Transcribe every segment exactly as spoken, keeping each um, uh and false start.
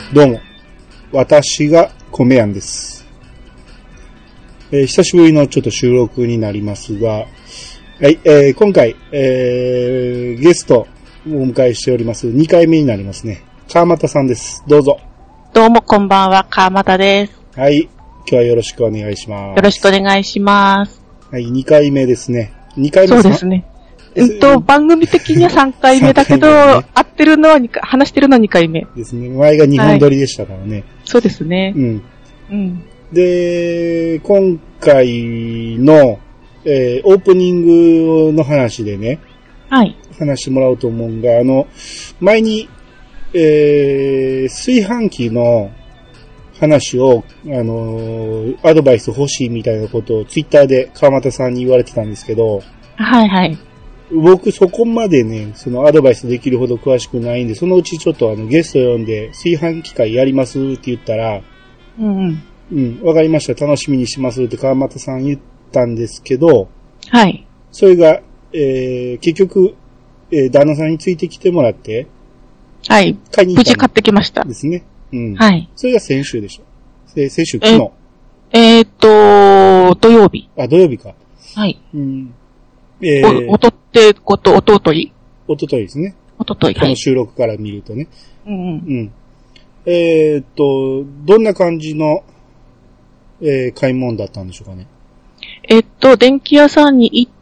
どうも、私が米やんです。えー、久しぶりのちょっと収録になりますが、はい、えー、今回、えー、ゲストをお迎えしております。にかいめになりますね。川又さんです。どうぞ。 どうもこんばんは、川又です。 はい、今日はよろしくお願いします。 よろしくお願いします。 はい、にかいめですね。にかいめですか？ そうですね。うんと、番組的にはさんかいめだけど、ね、会ってるのはにかい、話してるのはにかいめ。 ですね。前がにほん撮りでしたからね。はい、 そうですね。 うん。 うん。 で、今回の、えー、オープニングの話でね。 はい。 話してもらおうと思うんが、あの、前に、えー、炊飯器の話を、あのー、アドバイス欲しいみたいなことをツイッターで川又さんに言われてたんですけど。 はいはい。 僕そこまでね、そのアドバイスできるほど詳しくないんで、そのうちちょっとあのゲスト呼んで炊飯器会やりますって言ったら、 うんうん。 うん、わかりました。楽しみにしますって川又さん言ったんですけど、 はい。 それが、えー、結局、えー、旦那さんについてきてもらって、 はい。 買いに行った。 無事買ってきました。 ですね。うん。 はい。 それが先週でしょ。え、先週、昨日。 えー、っと、土曜日。 あ、土曜日か。 はい。 うん。えー、お、おとって、こと、おとといおとといですね。 おととい。 この収録から見るとね。 うんうん。うん。 えー、っと、どんな感じの、えー、買い物だったんでしょうかね。 えっと、電気屋さんに行って、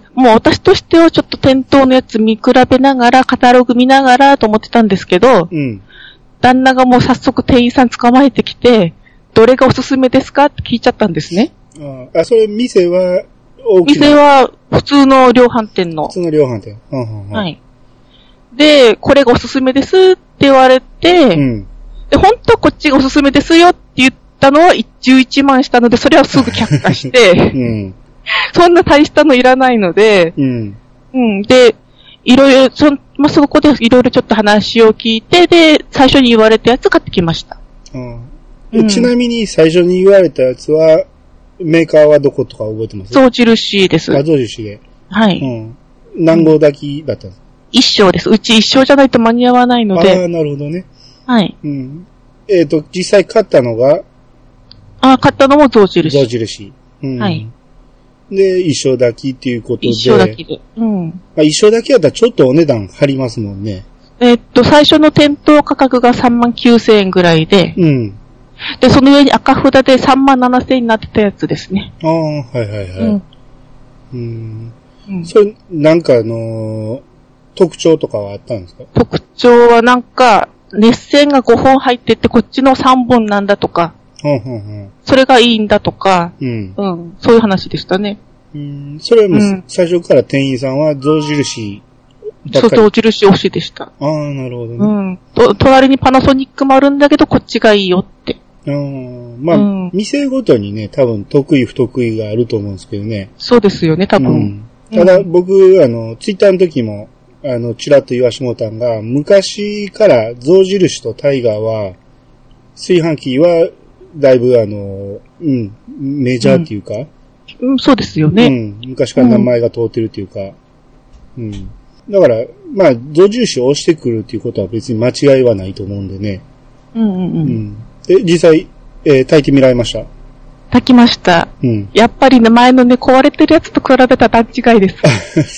もう私としてはちょっと店頭のやつ見比べながら、カタログ見ながらと思ってたんですけど、 うん。 旦那がもう早速店員さん捕まえてきて、どれがおすすめですかって聞いちゃったんですね。 ああ、それ店は大きな店は普通の量販店の。 普通の量販店。はんはんはんはい。で、これがおすすめですって言われて、うん、で、本当はこっちがおすすめですよって言ったのはじゅういちまんしたので、それはすぐ却下して、うん、そんな大したのいらないので、うん。うん。で、いろいろ、そ、まあ、そこでいろいろちょっと話を聞いて、で、最初に言われたやつ買ってきました。 うん、ちなみに最初に言われたやつは、メーカーはどことか覚えてます？ 象印です。 あ、象印で。 はい。 うん。何号炊きだったんですか？ 一升です。うち一升じゃないと間に合わないので。 ああ、なるほどね。 はい。 うん。えっと、実際買ったのがああ、買ったのも象印。 象印。うん。 はい。 で、一升炊きっていうことで。 一升炊きで。うん。 まあ、一升炊きやったらちょっとお値段張りますもんね。 えっと、最初の店頭価格がさんまんきゅうせんえんぐらいで。うん。で、その上に赤札でさんまんななせんえんになってたやつですね。 ああ、はいはいはい。うん。うんうん、それ、なんかあのー、特徴とかはあったんですか？ 特徴はなんか、熱線がごほん入ってて、こっちのさんぼんなんだとか。うんうんうん。それがいいんだとか。うん。うん。そういう話でしたね。 うん。それはもう、最初から店員さんは象印ばっかり。 そう、象印推しでした。 ああ、なるほどね。 うん。と、隣にパナソニックもあるんだけど、こっちがいいよって。 あまあ、うん、店ごとにね、多分得意不得意があると思うんですけどね。 そうですよね、多分。うん、 ただ、僕、あの、ツイッターの時も、あの、ちらっと言わしてもらったんが、昔から象印とタイガーは、炊飯器は、だいぶあの、うん、メジャーっていうか、 うん、うん、そうですよね。うん。 昔から名前が通ってるっていうか、うん。うん、だから、まあ、象印を押してくるっていうことは別に間違いはないと思うんでね。うんうんうん。うんで、実際、えー、炊いてみられました？ 炊きました。うん。やっぱりね、前のね、壊れてるやつと比べたら段違いです。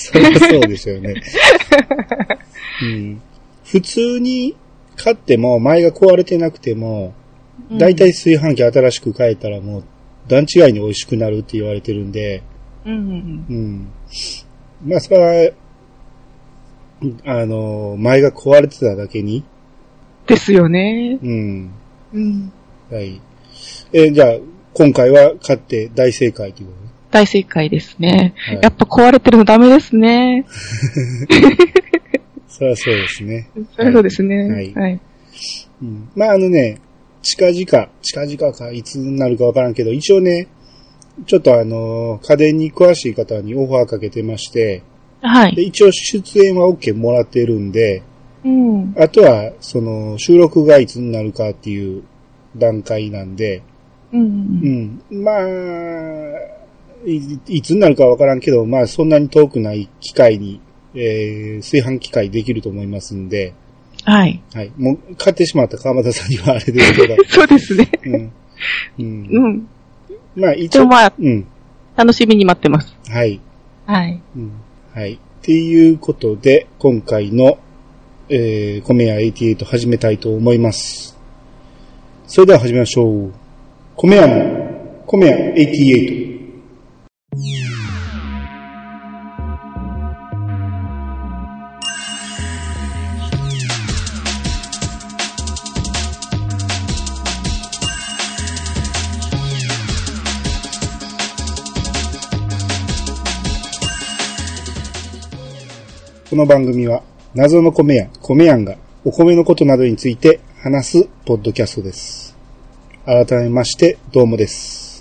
そりゃそうですよね。うん。普通に買っても、前が壊れてなくても、だいたい炊飯器新しく買えたらもう、段違いに美味しくなるって言われてるんで、うんうんうん。うん。まあ、それは、あの、前が壊れてただけに。 ですよね。 うん。うん。はい。えー、じゃあ、今回は買って大正解ということね。 大正解ですね。はい、やっぱ壊れてるのダメですね。 そりゃそうですね。 そりゃそうですね。 はい。はい。うん、まあ、あのね、近々、近々か、いつになるかわからんけど、一応ね、ちょっとあの、家電に詳しい方にオファーかけてまして、はい。で、一応出演は OK もらってるんで、うん、あとは、その、収録がいつになるかっていう段階なんで、うん。うん。まあ、い, いつになるかわからんけど、まあ、そんなに遠くない機会に、えー、炊飯機会できると思いますんで、 はい。 はい。もう、買ってしまった川又さんにはあれですけど。 そうですね。 うん。うん。 うん。 まあ、一応。 でもまあ、 うん。 楽しみに待ってます。 はい。 はい。 うん。はい。っていうことで、今回の、えー、米屋はちじゅうはち始めたいと思います。それでは始めましょう。米屋の、米屋はちじゅうはち。この番組は謎の米屋、米やんがお米のことなどについて話すポッドキャストです。改めましてどうもです。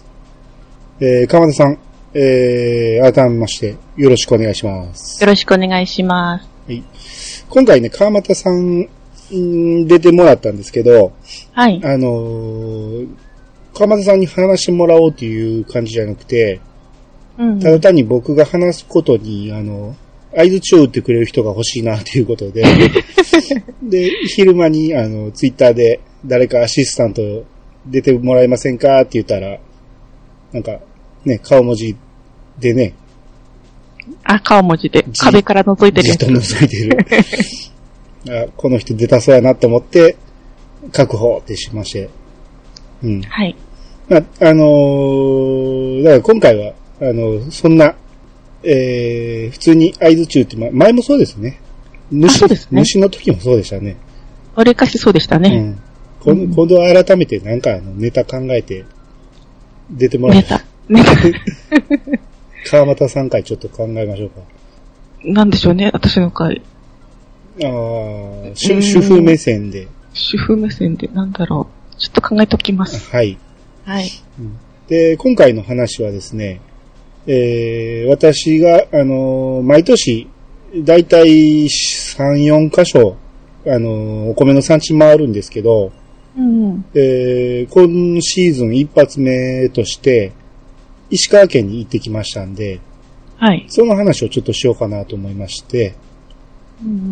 えー、川田さん、えー、改めましてよろしくお願いします。 よろしくお願いします。 はい。今回ね、川又さん出てもらったんですけど、 はい。 あのー、川又さんに話してもらおうという感じじゃなくて、うんうん、ただ単に僕が話すことにあの合図を打ってくれる人が欲しいなということで、で、昼間に、あの、ツイッターで誰かアシスタント出てもらえませんかって言ったら、なんか、ね、顔文字でね。 あ、顔文字で。壁から覗いてるやつ。 じっと覗いてる。あ、この人出たそうやなと思って、確保ってしまして。うん。 はい。 まあ、あのー、だから今回は、あの、そんな、えー、普通に合図中って、ま、前もそうですね。主、そうですね。主の時もそうでしたね。 わりかしそうでしたね。 うん。今度改めてなんかあのネタ考えて出てもらえた。 ネタ。ネタ。川又さん回ちょっと考えましょうか。 なんでしょうね、私の回。 ああ、主婦目線で。 主婦目線で、なんだろう。ちょっと考えておきます。 はい。 はい。 で、今回の話はですね、えー、私が、あのー、毎年、だいたいさん、よんカ所、あのー、お米の産地回るんですけど、 うんうん、 えー、今シーズン一発目として、石川県に行ってきましたんで、 はい。 その話をちょっとしようかなと思いまして、 うんうんうん、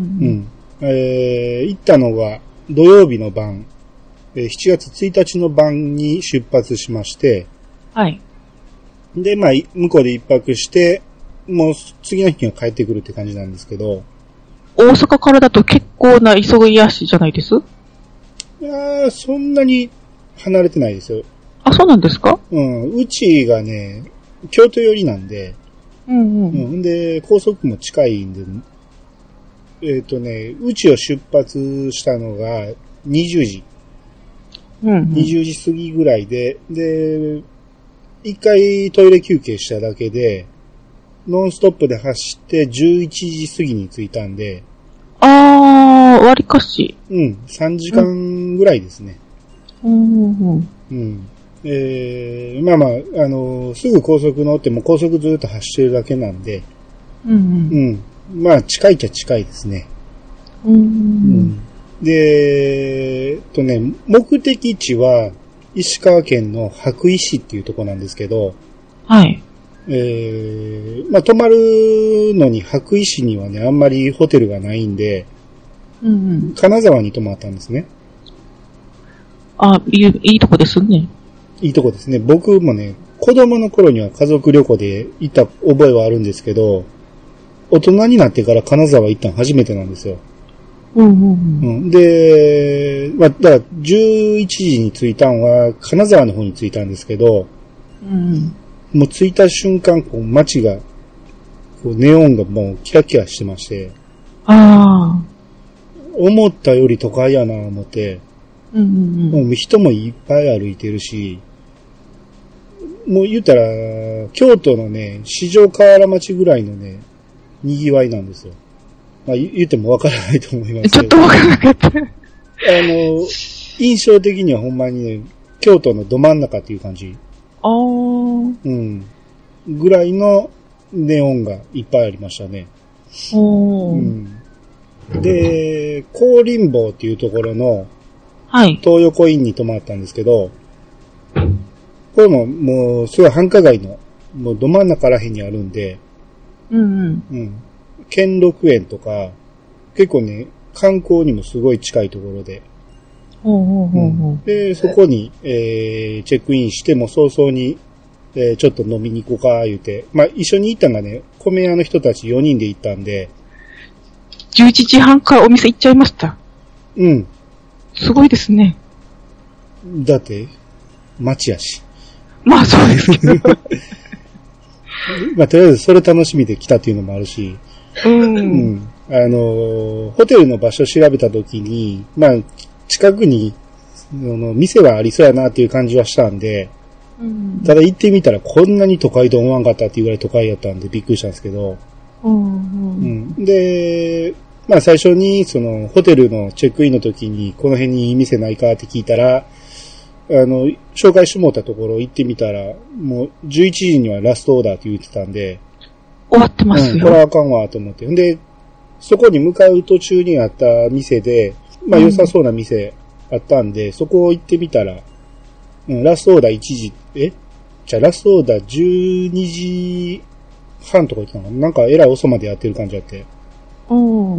えー、行ったのが土曜日の晩、しちがつついたちの晩に出発しまして、 はい。 で、まあ、向こうで一泊して、もう次の日には帰ってくるって感じなんですけど。 大阪からだと結構な急ぎ足じゃないです？ いやー、そんなに離れてないですよ。 あ、そうなんですか？ うん。うちがね、京都寄りなんで。 うんうん。 うん。で、高速も近いんで、えっとね、うちを出発したのがにじゅうじ。 うんうん。 にじゅうじ過ぎぐらいで、で、一回トイレ休憩しただけで、ノンストップで走ってじゅういちじ過ぎに着いたんで。 あー、割かし。 うん、さんじかんぐらいですね。 うん、うん、 うん。えー、まあまあ、あのー、すぐ高速乗っても高速ずっと走ってるだけなんで。 うん、うん。 うん。まあ、近いっちゃ近いですね。 うん。うん、 で、えっとね、目的地は、石川県の羽咋市っていうところなんですけど、 はい。 えー、まあ、泊まるのに羽咋市にはね、あんまりホテルがないんで、 うんうん、 金沢に泊まったんですね。 あ、いい、いいとこですね。 いいとこですね。僕もね、子供の頃には家族旅行で行った覚えはあるんですけど、大人になってから金沢行ったの初めてなんですよ。 うんうんうんうん、で、まあ、だからじゅういちじに着いたんは金沢の方に着いたんですけど、 うん、 もう着いた瞬間、こう街が、こうネオンがもうキラキラしてまして、 ああ、 思ったより都会やな思って、 うんうんうん、 もう人もいっぱい歩いてるし、もう言ったら、京都のね、四条河原町ぐらいのね、賑わいなんですよ。まあ、言ってもわからないと思いますけど。ちょっとわからなかった。あの、印象的にはほんまにね、京都のど真ん中っていう感じ。 ああ。うん。 ぐらいのネオンがいっぱいありましたね。 おー。うん、 で、高林坊っていうところの、 はい。 東横インに泊まったんですけど、これももう、すごい繁華街の、もうど真ん中らへんにあるんで、 うんうん。 うん。兼六園とか、結構ね、 観光にもすごい近いところで。 ほうほうほうほう。うん、 で、そこに、えー、チェックインしても早々に、えー、ちょっと飲みに行こうか、言うて。まあ、一緒に行ったのがね、米屋の人たちよにんで行ったんで。 じゅういちじはんからお店行っちゃいました。 うん。 すごいですね。 だって、街やし。 まあ、そうですけど。 まあ、とりあえずそれ楽しみで来たっていうのもあるし。 うん。うん。 あの、ホテルの場所調べたときに、まあ、近くに、あの、店はありそうやなっていう感じはしたんで、うん、ただ行ってみたらこんなに都会と思わんかったっていうぐらい都会やったんでびっくりしたんですけど、うんうんうん、で、まあ最初にそのホテルのチェックインの時にこの辺にいい店ないかって聞いたら、あの、紹介してもらったところ行ってみたら、もうじゅういちじにはラストオーダーって言ってたんで、 終わってますよ。 うん、これはあかんわと思って。で、そこに向かう途中にあった店で、まあ良さそうな店あったんで、うん、そこを行ってみたら、うん、ラストオーダーいちじ、えじゃあラストオーダーじゅうにじはんとか言ってたのかな、なんかえらい遅までやってる感じあって。うん。うん。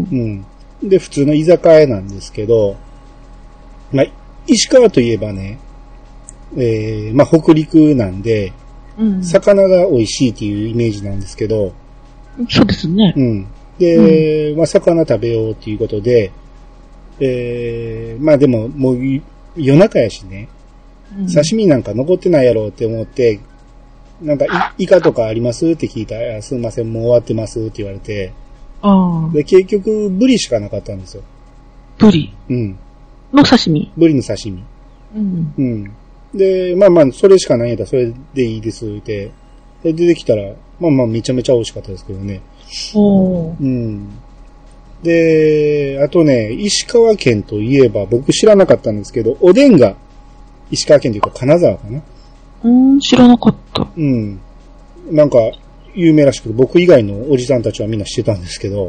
で、普通の居酒屋なんですけど、まあ、石川といえばね、えー、まあ、北陸なんで、うん、魚が美味しいっていうイメージなんですけど、 そうですね。 うん。で、うん、まあ、魚食べようっていうことで、えー、まあでも、もう夜中やしね、刺身なんか残ってないやろうって思って、なんかイカとかありますって聞いたら、すいません、もう終わってますって言われて、あで結局ブリしかなかったんですよ。 ブリうん。 の刺身ブリの刺身。 うん。 うん。で、まあまあ、それしかないんやったらそれでいいですって。で、出てきたら、まあまあ、めちゃめちゃ美味しかったですけどね。 おー。 うん。で、あとね、石川県といえば、僕知らなかったんですけど、おでんが、石川県というか金沢かな。 うーん、知らなかった。 うん。なんか、有名らしくて、僕以外のおじさんたちはみんな知ってたんですけど。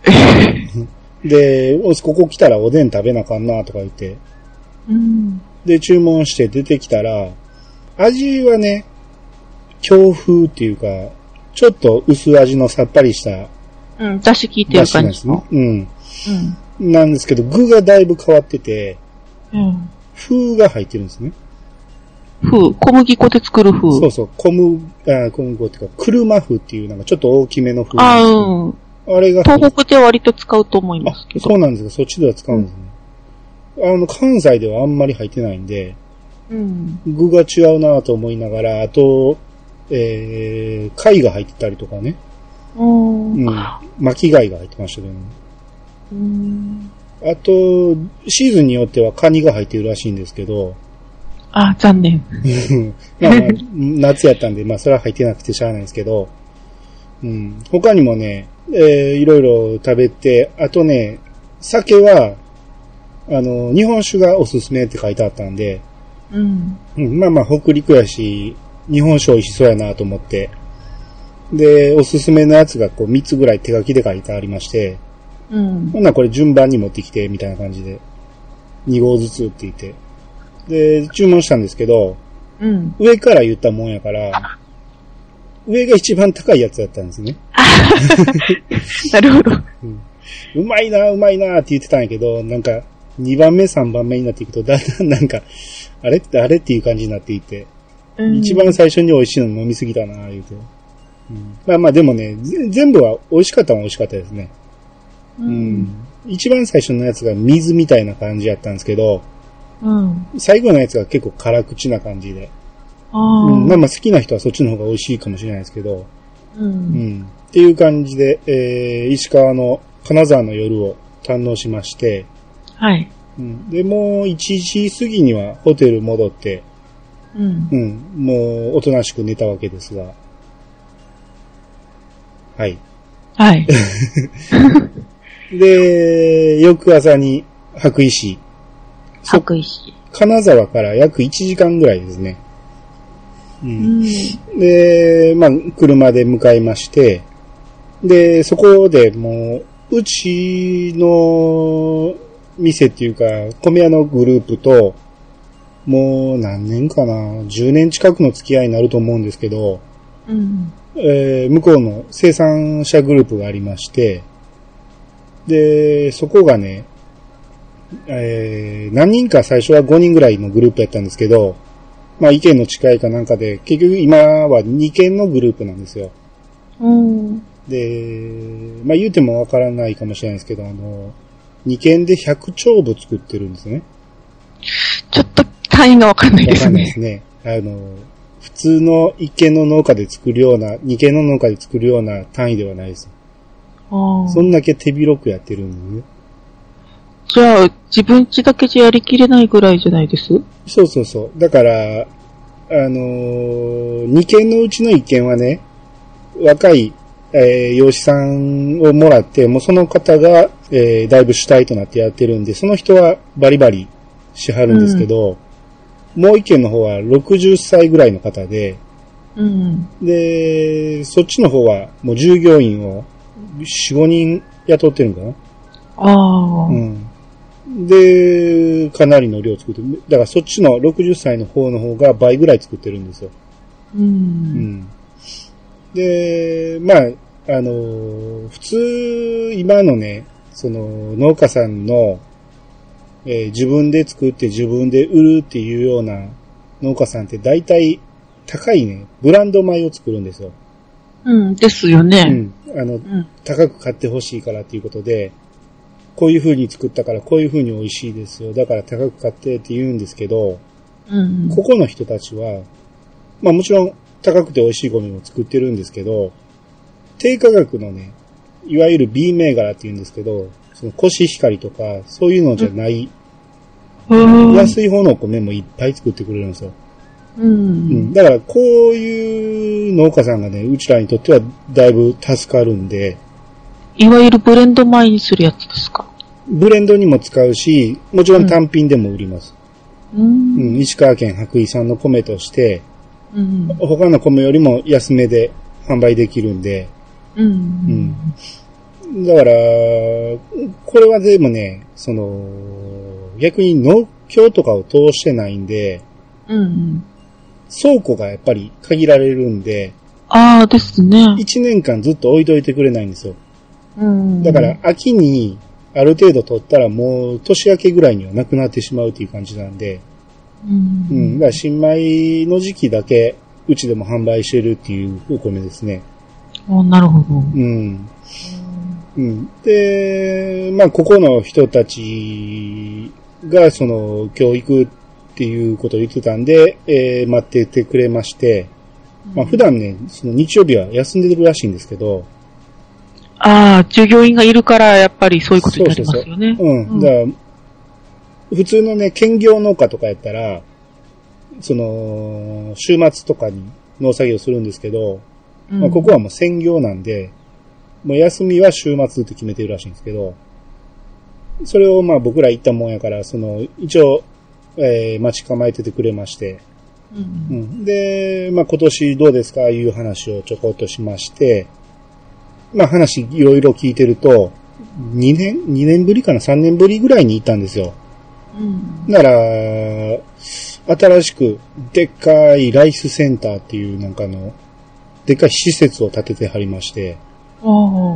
で、ここ来たらおでん食べなあかんなとか言って。 うん。 で、注文して出てきたら、味はね、京風っていうか、ちょっと薄味のさっぱりした。 うん、出汁効いてる感じですね。 うん。うん。なんですけど、具がだいぶ変わってて、 うん。 風が入ってるんですね。 風、小麦粉で作る風。 そうそう、小麦、あ小麦粉っていうか、車風っていうなんかちょっと大きめの風。 あうん。 あれが。 東北では割と使うと思いますけど。 そうなんですが、そっちでは使うんですね。うん、あの、関西ではあんまり入ってないんで、 うん。 具が違うなと思いながら、あと、えー、貝が入ってたりとかね。 うん。 うん。巻き貝が入ってましたけどね。 うん。 あと、シーズンによってはカニが入っているらしいんですけど。 あ、残念。 まあまあ、夏やったんで、まあそれは入ってなくてしゃあないんですけど。うん。他にもね、えー、いろいろ食べて、あとね、酒は、あの、日本酒がおすすめって書いてあったんで。 うん。 うん、まあまあ、北陸やし、日本酒美味しそうやなと思って。で、おすすめのやつがこうみっつぐらい手書きで書いてありまして。 うん。 ほんならこれ順番に持ってきて、みたいな感じで。に合ずつって言って。で、注文したんですけど、 うん。 上から言ったもんやから、上が一番高いやつだったんですね。 なるほど、 うん。うまいな、うまいなって言ってたんやけど、なんか、にばんめ、さんばんめになっていくと、だんだんなんか、あれってあれっていう感じになっていて、うん、一番最初に美味しいの飲みすぎたな、言うて。うん、まあまあでもね、全部は美味しかったのは美味しかったですね。うん。うん、一番最初のやつが水みたいな感じやったんですけど、 うん、 最後のやつが結構辛口な感じで。 あうん、 まあまあ好きな人はそっちの方が美味しいかもしれないですけど、 うん。うん、 っていう感じで、えー、石川の金沢の夜を堪能しまして、 はい。 うん、で、もういちじ過ぎにはホテル戻って、 うん。 うん。もう、おとなしく寝たわけですが。はい。 はい。 で、翌朝に白石。 白石。 金沢から約いちじかんぐらいですね。うん。 うん、 で、まあ、車で向かいまして、で、そこでもう、うちの店っていうか、米屋のグループと、もう何年かな、じゅうねん近くの付き合いになると思うんですけど、 うんえー、向こうの生産者グループがありまして、で、そこがね、 えー、何人か最初はごにんぐらいのグループやったんですけど、まあ意見の近いかなんかで、結局今はにけんのグループなんですよ。 うん。 で、まあ言うてもわからないかもしれないですけど、あの、にけんでひゃく丁部作ってるんですね。 ちょっと単位がわかんないですね。わかんないですね。あの、普通のいっけんの農家で作るような、にけんの農家で作るような単位ではないです。 あ、 そんだけ手広くやってるんでね。 じゃあ、自分家だけじゃやりきれないぐらいじゃないです？ そうそうそう。だから、あのー、にけんのうちのいっけんはね、若い、えー、養子さんをもらって、もうその方が、えー、だいぶ主体となってやってるんで、その人はバリバリしはるんですけど、うん、もう一件の方はろくじゅっさいぐらいの方で、 うん、 で、そっちの方はもう従業員をよん、ごにん雇ってるんかな。 ああ。 うん。で、かなりの量作ってる。だからそっちのろくじゅっさいの方の方が倍ぐらい作ってるんですよ。 うん。 うんで、まあ、あの、普通、今のね、その、農家さんの、えー、自分で作って自分で売るっていうような農家さんって大体高いね、ブランド米を作るんですよ。 うん、ですよね。 うん。あの、うん、高く買ってほしいからっていうことで、こういう風に作ったからこういう風に美味しいですよ。だから高く買ってって言うんですけど、 うん、 ここの人たちは、まあもちろん、高くて美味しい米も作ってるんですけど、低価格のね、いわゆる B 銘柄って言うんですけど、そのコシヒカリとか、そういうのじゃない、うん、安い方のお米もいっぱい作ってくれるんですよ。 うん。うん、 だから、こういう農家さんがね、うちらにとってはだいぶ助かるんで。 いわゆるブレンド米にするやつですか？ ブレンドにも使うし、もちろん単品でも売ります。 うん。 うん、石川県白衣産の米として、 うん、 他の米よりも安めで販売できるんで。 うん。 うん、だから、これはでもね、その、逆に農協とかを通してないんで、 うん、 倉庫がやっぱり限られるんで、 ああですね。 一年間ずっと置いといてくれないんですよ。 うん、 だから秋にある程度取ったらもう年明けぐらいにはなくなってしまうっていう感じなんで、 うん。 うん。だから新米の時期だけ、うちでも販売してるっていうお米ですね。 あ、なるほど。 うん。うん。で、まあ、ここの人たちが、その、今日行くっていうことを言ってたんで、えー、待っててくれまして、まあ、普段ね、その日曜日は休んでるらしいんですけど、 ああ、従業員がいるから、やっぱりそういうことになりますよね。 そうそうそう。うん。うん、だから普通のね、兼業農家とかやったら、その、週末とかに農作業するんですけど、うん、まあ、ここはもう専業なんで、もう休みは週末って決めてるらしいんですけど、それをまあ僕ら行ったもんやから、その、一応、えー、待ち構えててくれまして、 うんうん、 で、まあ今年どうですかいう話をちょこっとしまして、まあ話いろいろ聞いてると、にねん、にねんぶりかな、さんねんぶりぐらいに行ったんですよ。 うん、 なら、新しくでっかいライスセンターっていうなんかの、でっかい施設を建ててはりまして、 うん、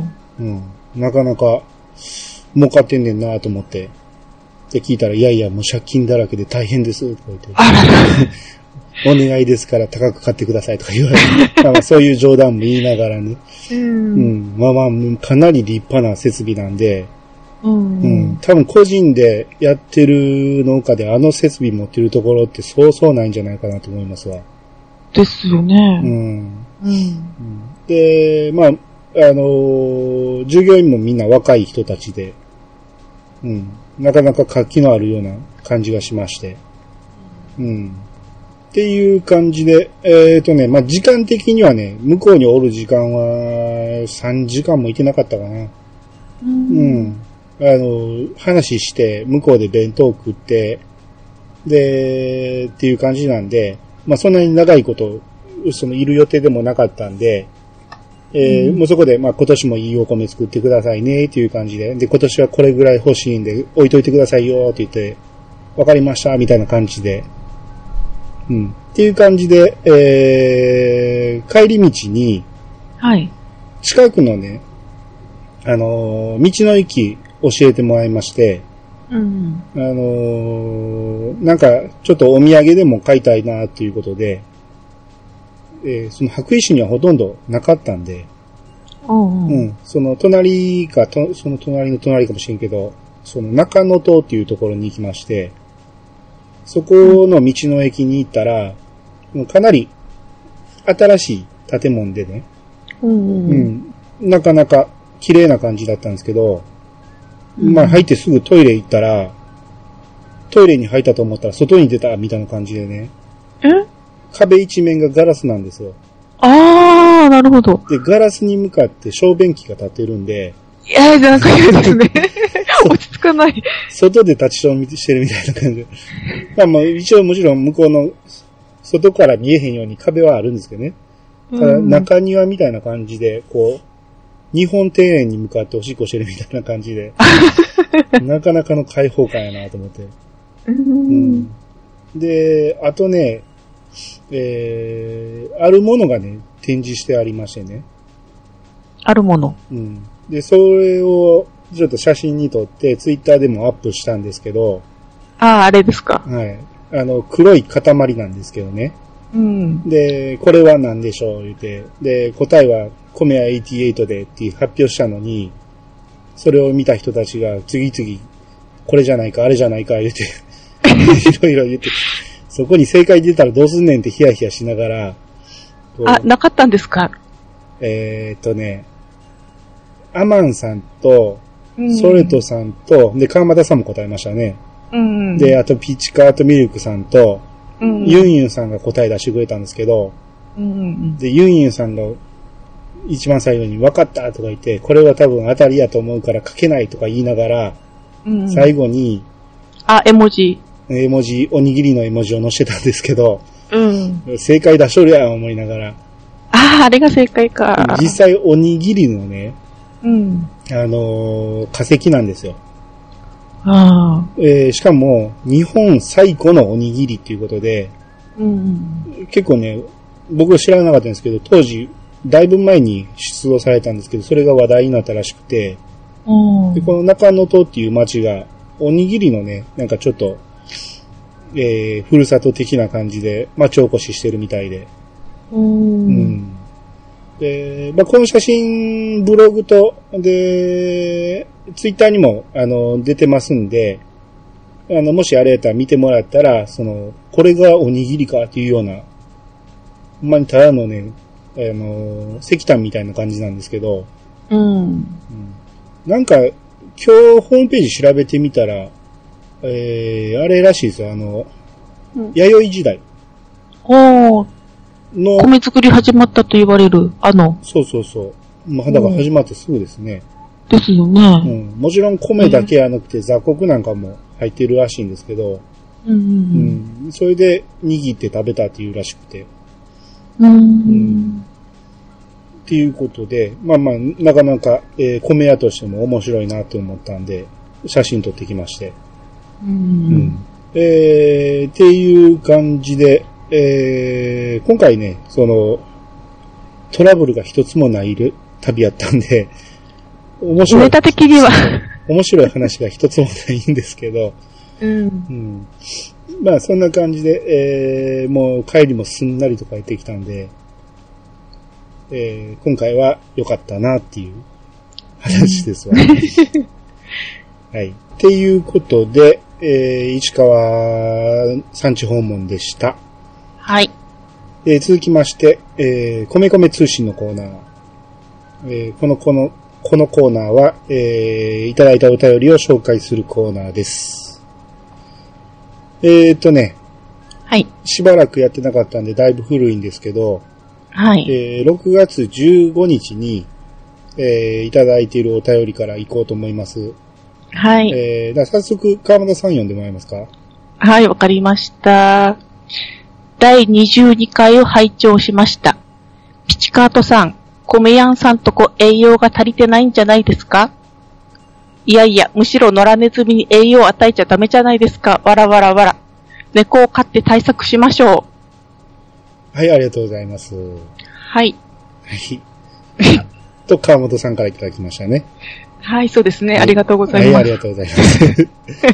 なかなか儲かってんねんなと思って。で聞いたら、いやいやもう借金だらけで大変ですとか言って。お願いですから高く買ってくださいとか言われて。まあそういう冗談も言いながらね。 うん。うん。まあまあ、かなり立派な設備なんで、 うん。 うん。多分個人でやってる農家であの設備持ってるところってそうそうないんじゃないかなと思いますわ。 ですよね。 うん。 うん。 で、まあ、あのー、従業員もみんな若い人たちで、うん。なかなか活気のあるような感じがしまして。うん。っていう感じで、えっとね、まあ、時間的にはね、向こうにおる時間はさんじかんもいてなかったかな。 うん。 うん。あの、話して、向こうで弁当食って、で、っていう感じなんで、まあ、そんなに長いこと、その、いる予定でもなかったんで、えーうん、もうそこで、まあ、今年もいいお米作ってくださいね、っていう感じで、で、今年はこれぐらい欲しいんで、置いといてくださいよ、って言って、わかりました、みたいな感じで、うん。っていう感じで、えー、帰り道に、 はい。 近くのね、あのー、道の駅教えてもらいまして、 うん。 あのー、なんか、ちょっとお土産でも買いたいなということで、えー、その白衣市にはほとんどなかったんで、 うんうん、 うん。その隣か、と、その隣の隣かもしれんけど、その中野島っていうところに行きまして、そこの道の駅に行ったら、うん、かなり新しい建物でね、 うんうんうん、 うん、なかなか綺麗な感じだったんですけど、うん、まあ入ってすぐトイレ行ったら、トイレに入ったと思ったら外に出たみたいな感じでね、 え？ 壁一面がガラスなんですよ。 あー、なるほど。 で、ガラスに向かって小便器が立ってるんで、 いやー、なんか言うですね。落ち着かない。 外で立ちションしてるみたいな感じで。まあまあ一応もちろん向こうの外から見えへんように壁はあるんですけどね。ただ中庭みたいな感じで、こう、日本庭園に向かっておしっこしてるみたいな感じで、なかなかの開放感やなと思って。うん、で、あとね、えー、あるものがね、展示してありましてね。 あるもの。 うん。で、それをちょっと写真に撮ってツイッターでもアップしたんですけど。 ああ、あれですか。 はい。あの、黒い塊なんですけどね。 うん。 で、これは何でしょう言って。で、答えはコメアはちじゅうはちでって発表したのに、それを見た人たちが次々、これじゃないか、あれじゃないか言って、いろいろ言って、そこに正解出たらどうすんねんってヒヤヒヤしながら。 あ、なかったんですか？ えーっとね、アマンさんと、ソレトさんと、で、川又さんも答えましたね。 うん、 で、あと、ピーチカートミルクさんと、うん、ユンユンさんが答え出してくれたんですけど、 うん、 で、ユンユンさんが一番最後に分かったとか言って、これは多分当たりやと思うから書けないとか言いながら、うん、最後に、 あ、絵文字。 絵文字、おにぎりの絵文字を載せてたんですけど、 うん、 正解出しとるやん思いながら。 ああ、あれが正解か。 実際おにぎりのね、 うん、 あのー、化石なんですよ。 あえー、しかも、日本最古のおにぎりっていうことで、 うん、 結構ね、僕は知らなかったんですけど、当時、だいぶ前に出土されたんですけど、それが話題になったらしくて、 うん、 でこの中野島っていう町が、おにぎりのね、なんかちょっと、えー、ふるさと的な感じで、町おこししてるみたいで。 うん、 うんで、まあ、この写真、ブログと、で、ツイッターにも、あの、出てますんで、あの、もしあれやったら見てもらったら、その、これがおにぎりかっていうような、ほんまにただのね、あの、石炭みたいな感じなんですけど、 うん。うん、 なんか、今日ホームページ調べてみたら、えー、あれらしいですよ、あの、うん、弥生時代。 おー。の米作り始まったと言われる、あの。 そうそうそう。まあ、だから始まってすぐですね。 ですよね。 うん。もちろん米だけじゃなくて雑穀なんかも入ってるらしいんですけど、 うんうんうん、 うん。それで握って食べたっていうらしくて。 うん。うん。 っていうことで、まあまあ、なかなか、えー、米屋としても面白いなと思ったんで、写真撮ってきまして。 うん。うん、 えー、っていう感じで、えー、今回ね、その、トラブルが一つもない旅やったんで、面白い。 ネタ的には。 面白い話が一つもないんですけど、 うん。うん。まあ、そんな感じで、えー、もう帰りもすんなりと帰ってきたんで、えー、今回は良かったなっていう話ですわ。はい。っていうことで、えー、市川産地訪問でした。 はい。 えー、続きまして、えー、米米通信のコーナー。えー、この、この、このコーナーは、えー、いただいたお便りを紹介するコーナーです。えーとね。 はい。 しばらくやってなかったんで、だいぶ古いんですけど、 はい。 えー、ろくがつじゅうごにちに、えー、いただいているお便りから行こうと思います。 はい。 えー、だ早速、川村さん読んでもらえますか？ はい、わかりました。だいにじゅうにかいを拝聴しました。ピチカートさん、米やんさんとこ栄養が足りてないんじゃないですか？いやいや、むしろ野良ネズミに栄養を与えちゃダメじゃないですか。わらわらわら。猫を飼って対策しましょう。はい、ありがとうございます。 はい。 はい。と、川本さんからいただきましたね。 はい、そうですね。はい、ありがとうございます。 はい、ありがとうございます。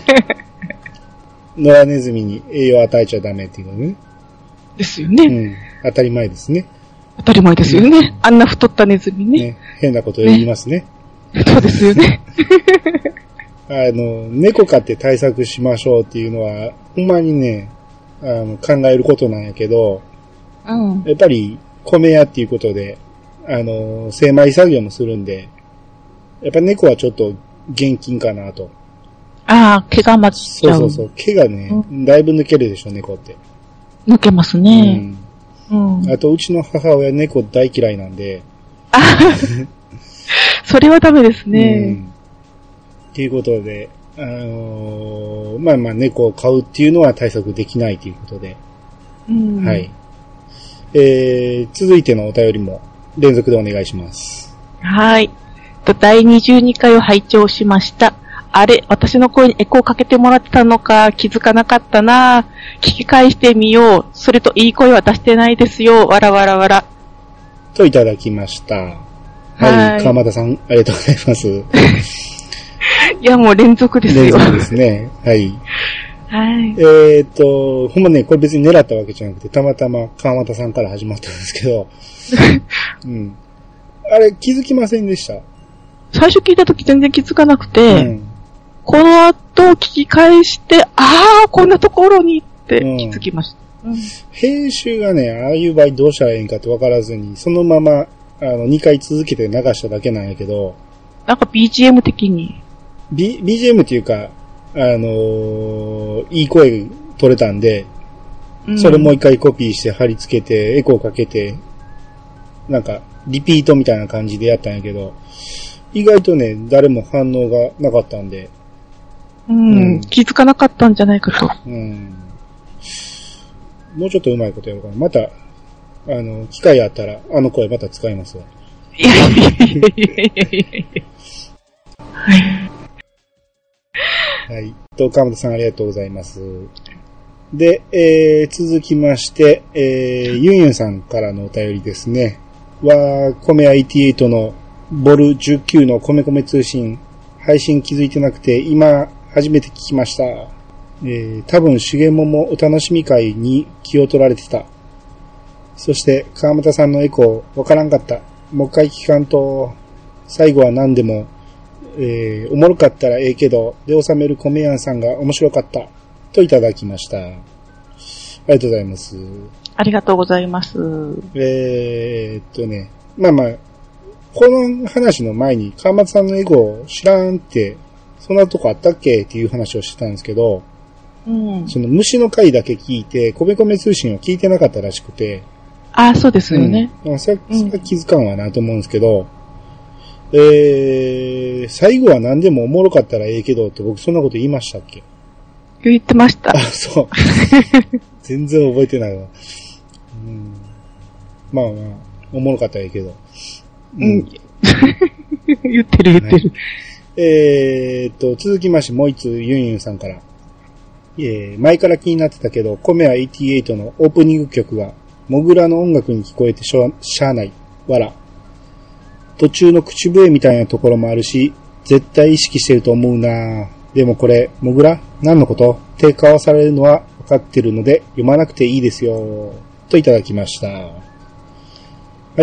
野良ネズミに栄養を与えちゃダメっていうのね。 ですよね。うん。 当たり前ですね。 当たり前ですよね。うん、あんな太ったネズミね。ね、 変なこと言いますね。 ね、そうですよね。 あの、猫飼って対策しましょうっていうのは、ほんまにね、あの、考えることなんやけど、うん。やっぱり、米屋っていうことで、あの、精米作業もするんで、やっぱ猫はちょっと厳禁かなと。 ああ、毛がまちちゃう。 そうそうそう。毛がね、うん、だいぶ抜けるでしょ、猫って。 抜けますね。 うん。うん、あと、うちの母親猫大嫌いなんで。 あそれはダメですね。うん。 っていうことで、あのー、まあまあ猫を飼うっていうのは対策できないということで。うん。はい。えー、続いてのお便りも連続でお願いします。 はい。だいにじゅうにかいを拝聴しました。あれ、私の声にエコーかけてもらってたのか気づかなかったな。聞き返してみよう。それといい声は出してないですよ。わらわらわら。 といただきました。はい。はい、川又さん、ありがとうございます。 いや、もう連続ですよ。 連続ですね。はい。 はい。 えーっと、ほんまね、これ別に狙ったわけじゃなくて、たまたま川又さんから始まったんですけど、うん。あれ、気づきませんでした？ 最初聞いたとき全然気づかなくて、うん、この後聞き返して、あー、こんなところにって気づきました。うんうん、 編集がね、ああいう場合どうしたらいいんかって分からずに、そのまま、あの、にかい続けて流しただけなんやけど、 なんか ビージーエム 的に。 B、ビージーエム っていうか、あのー、いい声取れたんで、うん、それもう一回コピーして貼り付けて、エコーかけて、なんか、リピートみたいな感じでやったんやけど、意外とね、誰も反応がなかったんで。 うん、うん、気づかなかったんじゃないかと。うん。 もうちょっとうまいことやるから、また、あの、機会あったら、あの声また使いますわ。 いやいやいやいやいやいやはい。 はい。と、川本さんありがとうございます。で、えー、続きまして、えー、ユンユンさんからのお便りですね。は、コメアはちじゅうはちのボルじゅうきゅうのコメコメ通信、配信気づいてなくて、今、初めて聞きました。えー、多分、しげももお楽しみ会に気を取られてた。そして、川又さんのエコー、わからんかった。もう一回聞かんと、最後は何でも、えー、おもろかったらええけど、で収めるコメヤンさんが面白かった。といただきました。ありがとうございます。 ありがとうございます。 えー、っとね、まあまあ、この話の前に、川松さんのエゴ知らんって、そんなとこあったっけっていう話をしてたんですけど、うん、その虫の回だけ聞いて、コメコメ通信を聞いてなかったらしくて、 ああ、そうですよね。 うん、それは気づかんわなと思うんですけど、うん、えー、最後は何でもおもろかったらええけどって僕そんなこと言いましたっけ？ 言ってました。 あ、そう。全然覚えてないわ。うん、まあまあ、おもろかったらええけど。 うん。言ってる言ってる。はい、 えーっと、続きましてもう一つユンユンさんから。えー、前から気になってたけど、コメアはちじゅうはちのオープニング曲が、モグラの音楽に聞こえてしょ、しゃあない。わら。途中の口笛みたいなところもあるし、絶対意識してると思うな。でもこれ、モグラ？何のこと？手交わされるのは分かってるので、読まなくていいですよ。といただきました。はい、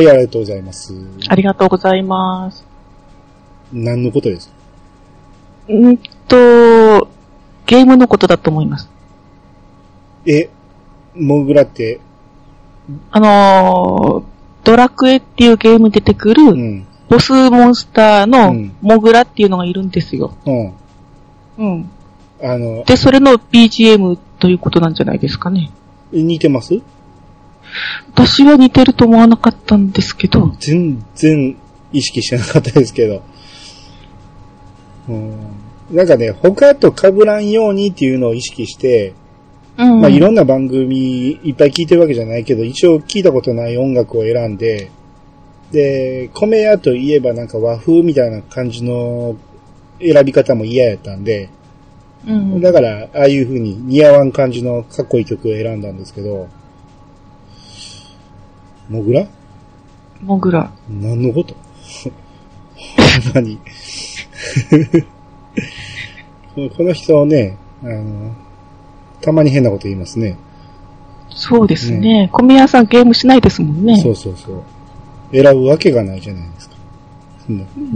ありがとうございます。 ありがとうございます。 何のことですか？ んーと、ゲームのことだと思います。 え、モグラって、 あのー、ドラクエっていうゲームに出てくる、うん、ボスモンスターのモグラっていうのがいるんですよ。うん。うん。あの、で、それの ビージーエム ということなんじゃないですかね。 似てます？ 私は似てると思わなかったんですけど。 全然意識してなかったですけど。うん、なんかね、他と被らんようにっていうのを意識して、うん、まあいろんな番組いっぱい聞いてるわけじゃないけど、一応聞いたことない音楽を選んで、で、米屋といえばなんか和風みたいな感じの選び方も嫌やったんで、うん、だからああいう風に似合わん感じのかっこいい曲を選んだんですけど、モグラ？ モグラ。 何のこと？ほんまに。 この人ね、あの、たまに変なこと言いますね。 そうですね。ね、小宮さんゲームしないですもんね。 そうそうそう。選ぶわけがないじゃないですか。うん、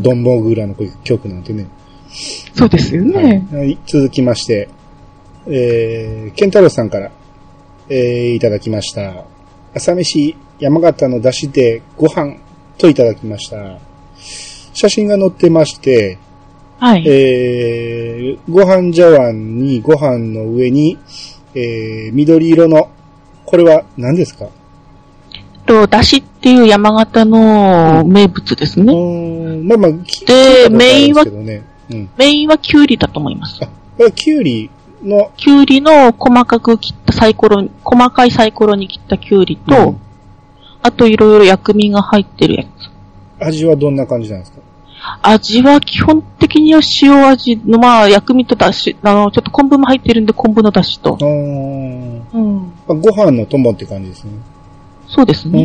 ドンボグラの曲なんてね。 そうですよね。 はい、続きまして、えー、ケンタロウさんから、えー、いただきました。朝飯、山形の出汁でご飯といただきました。写真が載ってまして、はい。えー、ご飯茶碗にご飯の上に、えー、緑色の、これは何ですか？ と、だしっていう山形の名物ですね。うん、まあまあ、で、メインは、うん、メインはキュウリだと思います。 あ、これはキュウリのキュウリの細かく切ったサイコロ、細かいサイコロに切ったキュウリと、うん、あといろいろ薬味が入ってるやつ。 味はどんな感じなんですか？ 味は基本的には塩味の、まあ、薬味とだし、あの、ちょっと昆布も入ってるんで、昆布のだしと。うん。 ご飯の友って感じですね。 そうですね。 うん、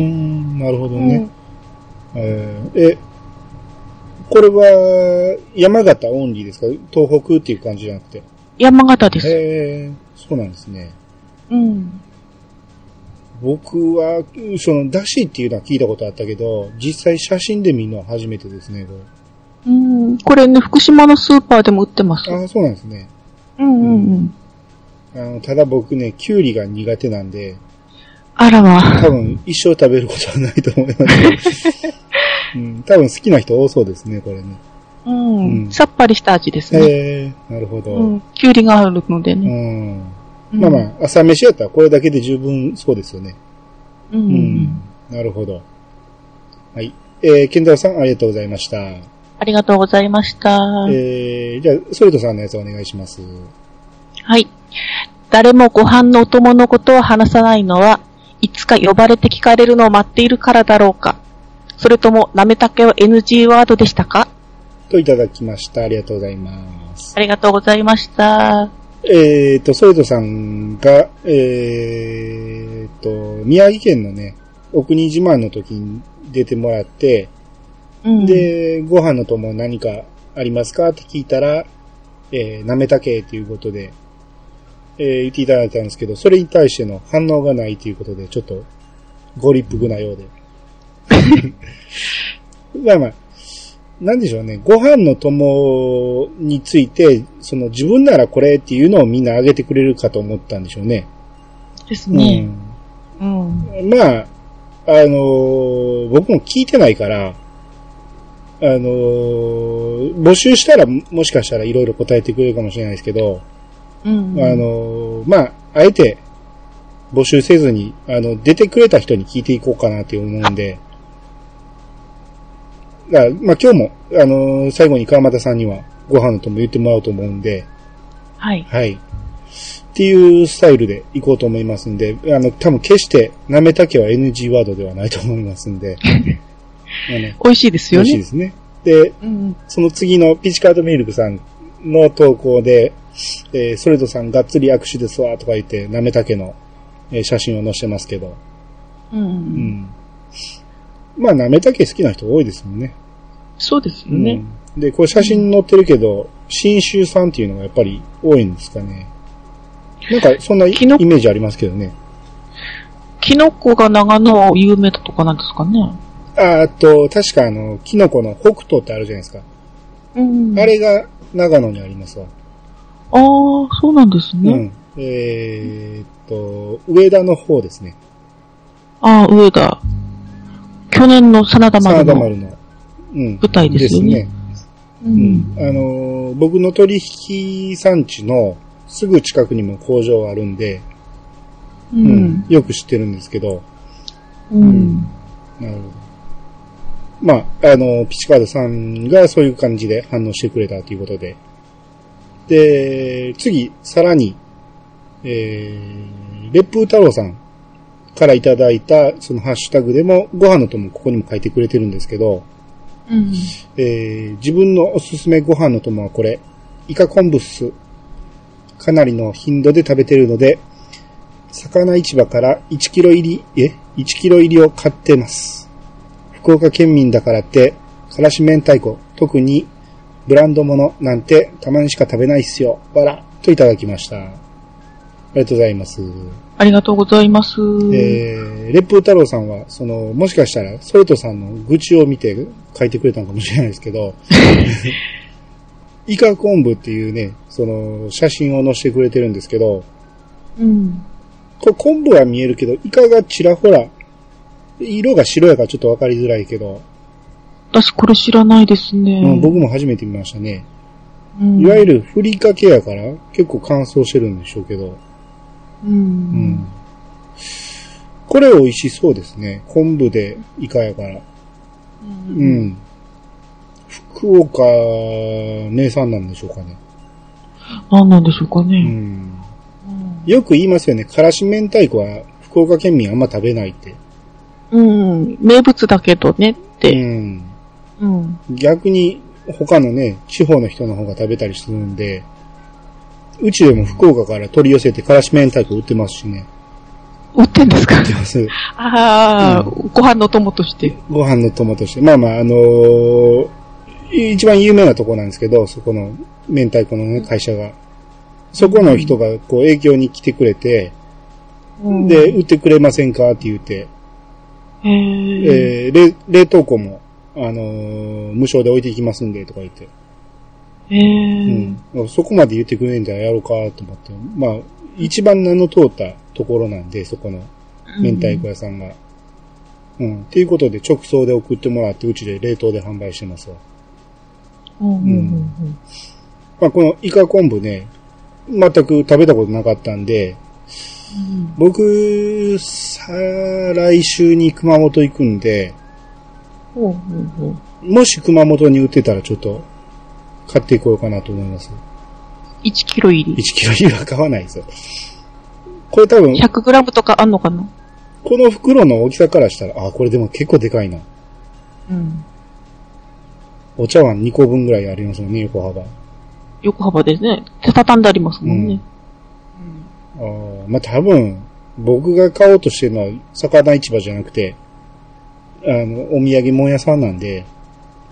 なるほどね。うん、えー、え、これは、山形オンリーですか？東北っていう感じじゃなくて。 山形です。 えー、そうなんですね。 うん。 僕は、その、だしっていうのは聞いたことあったけど、実際写真で見るのは初めてですね、これ。 うん、これね、福島のスーパーでも売ってます。 ああ、そうなんですね。 うんうんうん。 あの、ただ僕ね、キュウリが苦手なんで、 あらまあ。 多分一生食べることはないと思いますけど、うん、多分好きな人多そうですね、これね。 うん。うん、さっぱりした味ですね。 へえ、なるほど。 うん。キュウリがあるのでね。 うん。まあまあ、朝飯やったらこれだけで十分そうですよね。 うん。うん、 なるほど。はい。えー、ケンタロウさんありがとうございました。 ありがとうございました。 えー、じゃあ、ソルトさんのやつお願いします。 はい。誰もご飯のお供のことを話さないのは、いつか呼ばれて聞かれるのを待っているからだろうか。それとも、なめたけは エヌジー ワードでしたか？ といただきました。ありがとうございます。 ありがとうございました。 えーと、ソルトさんが、えーと、宮城県のね、お国自慢の時に出てもらって、うん、で、ご飯の友何かありますかって聞いたら、えー、なめたけということで、えー、言っていただいたんですけど、それに対しての反応がないということで、ちょっとご立腹なようで。まあまあ、なんでしょうね、ご飯の友について、その自分ならこれっていうのをみんなあげてくれるかと思ったんでしょうね。 ですね。うん。 うん、まあ、あのー、僕も聞いてないから、あのー、募集したらもしかしたらいろいろ答えてくれるかもしれないですけど、うんうん、あのー、まあ、あえて募集せずに、あの、出てくれた人に聞いていこうかなって思うんで、だからまあ今日も、あのー、最後に川又さんにはご飯のとも言ってもらおうと思うんで、 はい。 はい。っていうスタイルで行こうと思いますんで、あの、多分決してなめたけは エヌジー ワードではないと思いますんで、 あの美味しいですよね。 美味しいですね。で、うん、その次のピチカートミルクさんの投稿で、えー、ソレトさんがっつり握手ですわとか言って、なめたけの、えー、写真を載せてますけど。 うんうんうん、 まあ、なめたけ好きな人多いですもんね。 そうですよね。 うん、で、これ写真載ってるけど、信州産っていうのがやっぱり多いんですかね。なんか、そんなイメージありますけどね。 キノコが長野有名だとかなんですかね。 ああと、確かあの、キノコの北斗ってあるじゃないですか。 うん。 あれが長野にありますわ。 ああ、そうなんですね。 うん。えー、っと、上田の方ですね。 ああ、上田。去年の真田丸の。 真田丸の。うん。 舞台ですよね。ですね。 うん。あの、僕の取引産地のすぐ近くにも工場あるんで、うん。うん、よく知ってるんですけど。 うん。うん、 なるほど。まあ、あの、ピチカードさんがそういう感じで反応してくれたということで。で、次、さらに、えー、烈風太郎さんからいただいた、そのハッシュタグでも、ご飯の友ここにも書いてくれてるんですけど、 うん、 えー、自分のおすすめご飯の友はこれ、イカ昆布っす。かなりの頻度で食べてるので、魚市場からいちキロ入り、え ?いちキロ入りを買ってます。福岡県民だからって、からし明太子、特にブランド物なんてたまにしか食べないっすよ。わら。といただきました。ありがとうございます。 ありがとうございます。 えー、烈風太郎さんは、その、もしかしたら、ソレトさんの愚痴を見て書いてくれたのかもしれないですけど、イカ昆布っていうね、その、写真を載せてくれてるんですけど、 うん。 これ昆布は見えるけど、イカがちらほら、色が白やからちょっとわかりづらいけど。 私これ知らないですね。 うん、僕も初めて見ましたね。 うん、 いわゆるふりかけやから、結構乾燥してるんでしょうけど。 うん。うん、 これ美味しそうですね。昆布でイカやから。うん。うん、福岡名産なんでしょうかね。 何なんでしょうかね。うんうん、よく言いますよね。からし明太子は福岡県民あんま食べないって。 うん。名物だけどねって。 うん。うん、逆に他のね、地方の人の方が食べたりするんで、うちでも福岡から取り寄せてからし明太子売ってますしね。 売ってんですか？ 売ってます。 ああ、うん、ご飯の友として。 ご飯の友として。まあまあ、あのー、一番有名なところなんですけど、そこの明太子のね、会社が。そこの人がこう営業に来てくれて、うん、で、売ってくれませんかって言って、 へえー、冷、冷凍庫も、あのー、無償で置いていきますんで、とか言って。 へー、 うん。そこまで言ってくれんじゃやろうかと思って。まあ、一番名の通ったところなんで、そこの明太子屋さんが。うん。うん、っていうことで直送で送ってもらって、うちで冷凍で販売してますわ。 うんうんうんうん、 まあ、このイカ昆布ね、全く食べたことなかったんで、うん、僕、再来週に熊本行くんで、 うんうんうん、 もし熊本に売ってたらちょっと買っていこうかなと思います。 いちキロ入り ? いちキロ入りは買わないですよ。これ多分。 ひゃくグラムとかあんのかな？ この袋の大きさからしたら、あ、これでも結構でかいな。 うん。 お茶碗にこぶんぐらいありますもんね、横幅。 横幅ですね。畳んでありますもんね。 うん。ああ、まあ、多分、僕が買おうとしてるのは、魚市場じゃなくて、あの、お土産物屋さんなんで、 うん。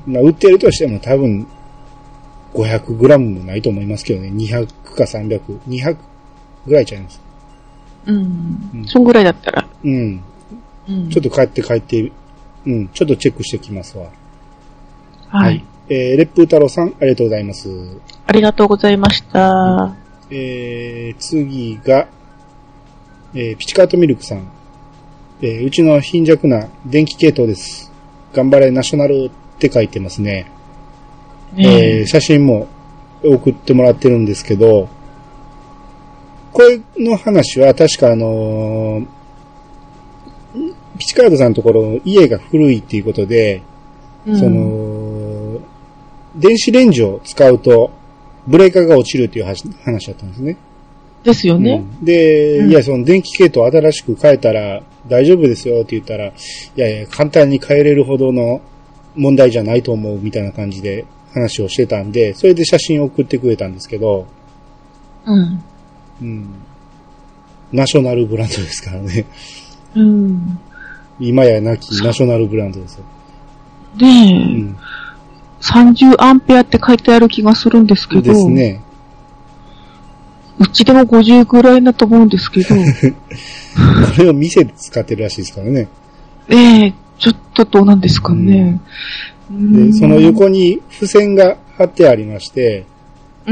まあ、売ってるとしても多分、ごひゃくグラムもないと思いますけどね。にひゃくかさんびゃく。にひゃくぐらいちゃいます。 うん。うん、そんぐらいだったら。 うん。うん。ちょっと帰って帰って、うん。ちょっとチェックしてきますわ。 はい。はい、 えー、烈風太郎さん、ありがとうございます。 ありがとうございました。 えー、次が、えー、ピチカートミルクさん。えー、うちの貧弱な電気系統です。頑張れナショナルって書いてますね。ねえー、写真も送ってもらってるんですけど、これの話は確かあのー、ピチカートさんのところ家が古いっていうことで、うん、その、電子レンジを使うとブレーカーが落ちるっていう話だったんですね。 ですよね。 うん、で、うん、いや、その電気系統新しく変えたら大丈夫ですよって言ったら、いやいや、簡単に変えれるほどの問題じゃないと思うみたいな感じで話をしてたんで、それで写真を送ってくれたんですけど、 うん。 うん。ナショナルブランドですからね。 うん。 今やなきナショナルブランドですよ。 で、うん、さんじゅうアンペアって書いてある気がするんですけど。 ですね。 うちでもごじゅうぐらいだと思うんですけど。これを店で使ってるらしいですからね。 ええー、ちょっとどうなんですかね。 うん、で、その横に付箋が貼ってありまして、 うん、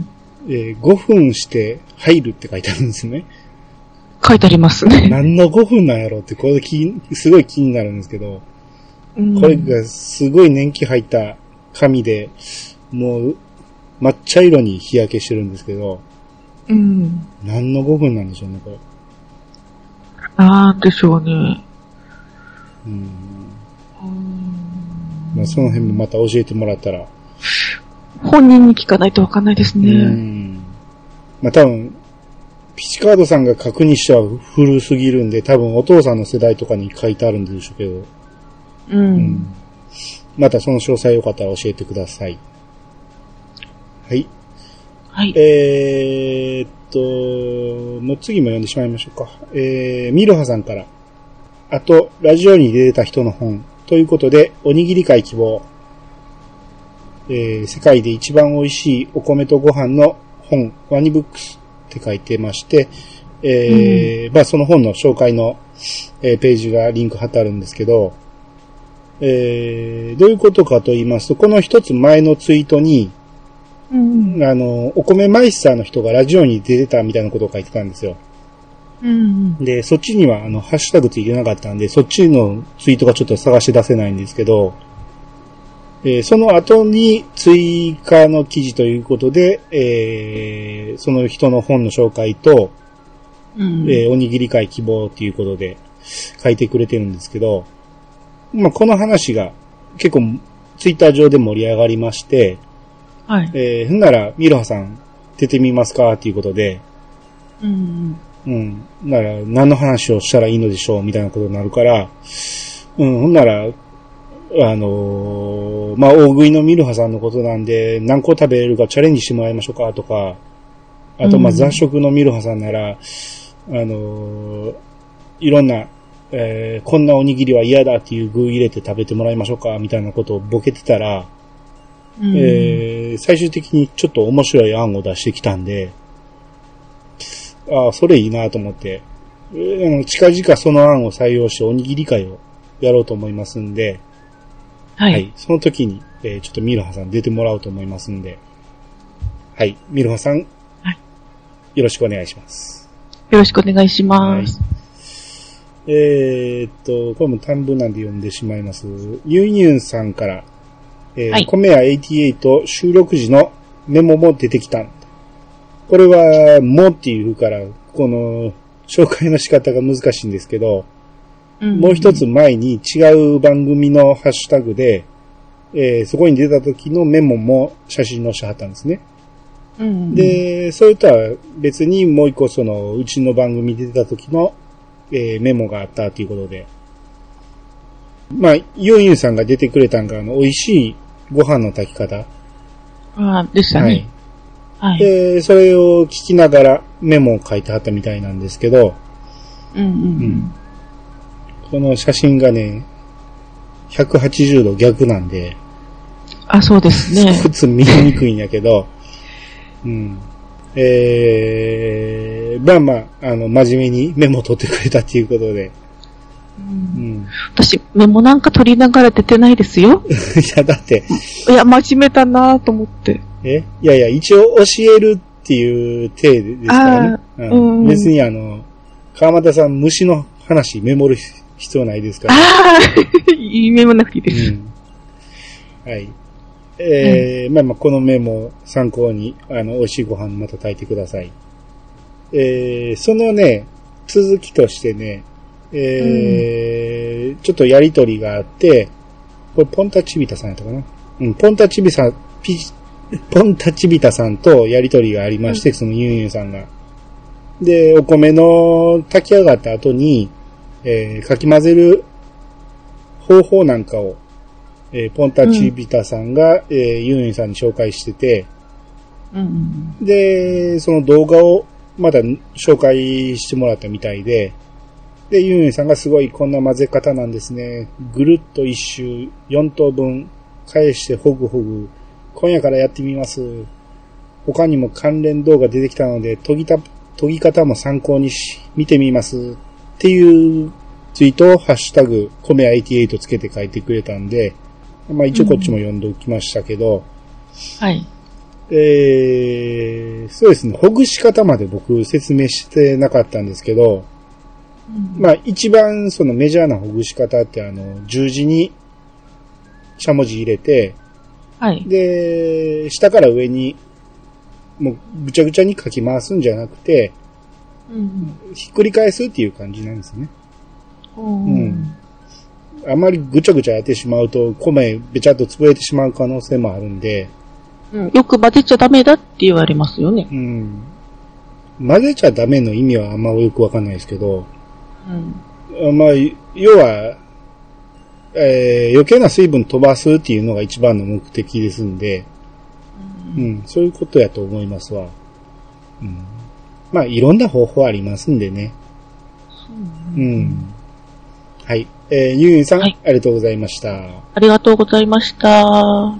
えー、ごふんして入るって書いてあるんですね。 書いてありますね。 何のごふんなんやろうって、これ気すごい気になるんですけど、うん、これがすごい年季入った紙で、もう抹茶色に日焼けしてるんですけど、 うん、 何のごふんなんでしょうね、これ。 なんでしょうね。 うん。まあ、その辺もまた教えてもらったら。 本人に聞かないとわかんないですね。 うん。まあ多分、ピチカードさんが書くにしては古すぎるんで、多分お父さんの世代とかに書いてあるんでしょうけど。 うん。うん、 またその詳細よかったら教えてください。はい。 はい。 えーっと、もう次も読んでしまいましょうか。えー、ミルハさんから。あと、ラジオに出てた人の本。ということで、おにぎり会希望。 えー、世界で一番美味しいお米とご飯の本、ワニブックスって書いてまして、えー、うん、まあその本の紹介の、えー、ページがリンク貼ってあるんですけど、えー、どういうことかと言いますと、この一つ前のツイートに、うん、あの、お米マイスターの人がラジオに出てたみたいなことを書いてたんですよ。うん、で、そっちにはあの、ハッシュタグついてなかったんで、そっちのツイートがちょっと探し出せないんですけど、えー、その後に追加の記事ということで、えー、その人の本の紹介と、うんえー、おにぎり会希望ということで書いてくれてるんですけど、まあ、この話が結構ツイッター上で盛り上がりまして、はい。えー、ふんなら、ミロハさん出てみますかということで、うん、うん。うん。なら、何の話をしたらいいのでしょうみたいなことになるから、うん、ほんなら、あのー、まあ、大食いのミルハさんのことなんで、何個食べれるかチャレンジしてもらいましょうかとか、あと、ま、雑食のミルハさんなら、あのー、いろんな、えー、こんなおにぎりは嫌だっていう具入れて食べてもらいましょうかみたいなことをボケてたら、うんえー、最終的にちょっと面白い案を出してきたんで、ああ、それいいなと思って、えー、近々その案を採用しておにぎり会をやろうと思いますんで、はい。はい、その時に、えー、ちょっとミルハさん出てもらおうと思いますんで、はい、ミルハさん、はい、よろしくお願いします。 よろしくお願いします。はいえー、っと、これも短文なんで読んでしまいます。ユンユンさんから、えーはい、コメアはちじゅうはち収録時のメモも出てきた。これは、もっていうから、この、紹介の仕方が難しいんですけど、うんうん、もう一つ前に違う番組のハッシュタグで、えー、そこに出た時のメモも写真載せはったんですね。うんうん、で、それとは別にもう一個その、うちの番組出た時のえー、メモがあったということで。まあ、ユンユンさんが出てくれたんが、あの、美味しいご飯の炊き方。 ああ、でしたね。 はい。はい、で、それを聞きながらメモを書いてはったみたいなんですけど、うんうんうん。この写真がね、ひゃくはちじゅうど逆なんで。 あ、そうですね。 普通見にくいんやけど、うん。えー、まあまあ、あの、真面目にメモを取ってくれたっていうことで。 うんうん、私、メモなんか取りながら出てないですよ。 いや、だって。 いや、真面目だなと思って。 えいやいや、一応教えるっていう体ですからね。うん、別にあの、川又さん、虫の話メモる必要ないですから。ああいいメモなくていいです。うん、 はい。えー、うん、まあまあ、このメモ参考に、あの、美味しいご飯また炊いてください。えー、そのね、続きとしてね、えー、うん、ちょっとやりとりがあって、これポンタチビタさんやったかなうん、ポンタチビさん、ピ、ポンタチビタさんとやりとりがありまして、うん、そのユンユンさんが。で、お米の炊き上がった後に、えー、かき混ぜる方法なんかを、えー、ポンタチビタさんが、うんえー、ユンユンさんに紹介してて、うん、で、その動画をまだ紹介してもらったみたいで、で、ユンユンさんがすごいこんな混ぜ方なんですね。ぐるっと一周よん等分返してほぐほぐ。今夜からやってみます。他にも関連動画出てきたので、研ぎた、研ぎ方も参考にし、見てみます。っていうツイートをハッシュタグ、コメアはちじゅうはちつけて書いてくれたんで、まあ一応こっちも読んでおきましたけど、うん、はい。えー、そうですね、ほぐし方まで僕説明してなかったんですけど、うん、まあ一番そのメジャーなほぐし方ってあの、十字にしゃもじ入れて、はい。で、下から上にもうぐちゃぐちゃにかき回すんじゃなくて、うん、ひっくり返すっていう感じなんですね。うん。あまりぐちゃぐちゃやってしまうと米べちゃっと潰れてしまう可能性もあるんで、 うん、よく混ぜちゃダメだって言われますよね。うん。 混ぜちゃダメの意味はあんまよくわかんないですけど、うん。まあ、要は、えー、余計な水分飛ばすっていうのが一番の目的ですんで、うん、うん、そういうことやと思いますわ。うん。まあ、いろんな方法ありますんでね。うん。うん、はい。えー、ユンユンさん、はい、ありがとうございました。 ありがとうございました。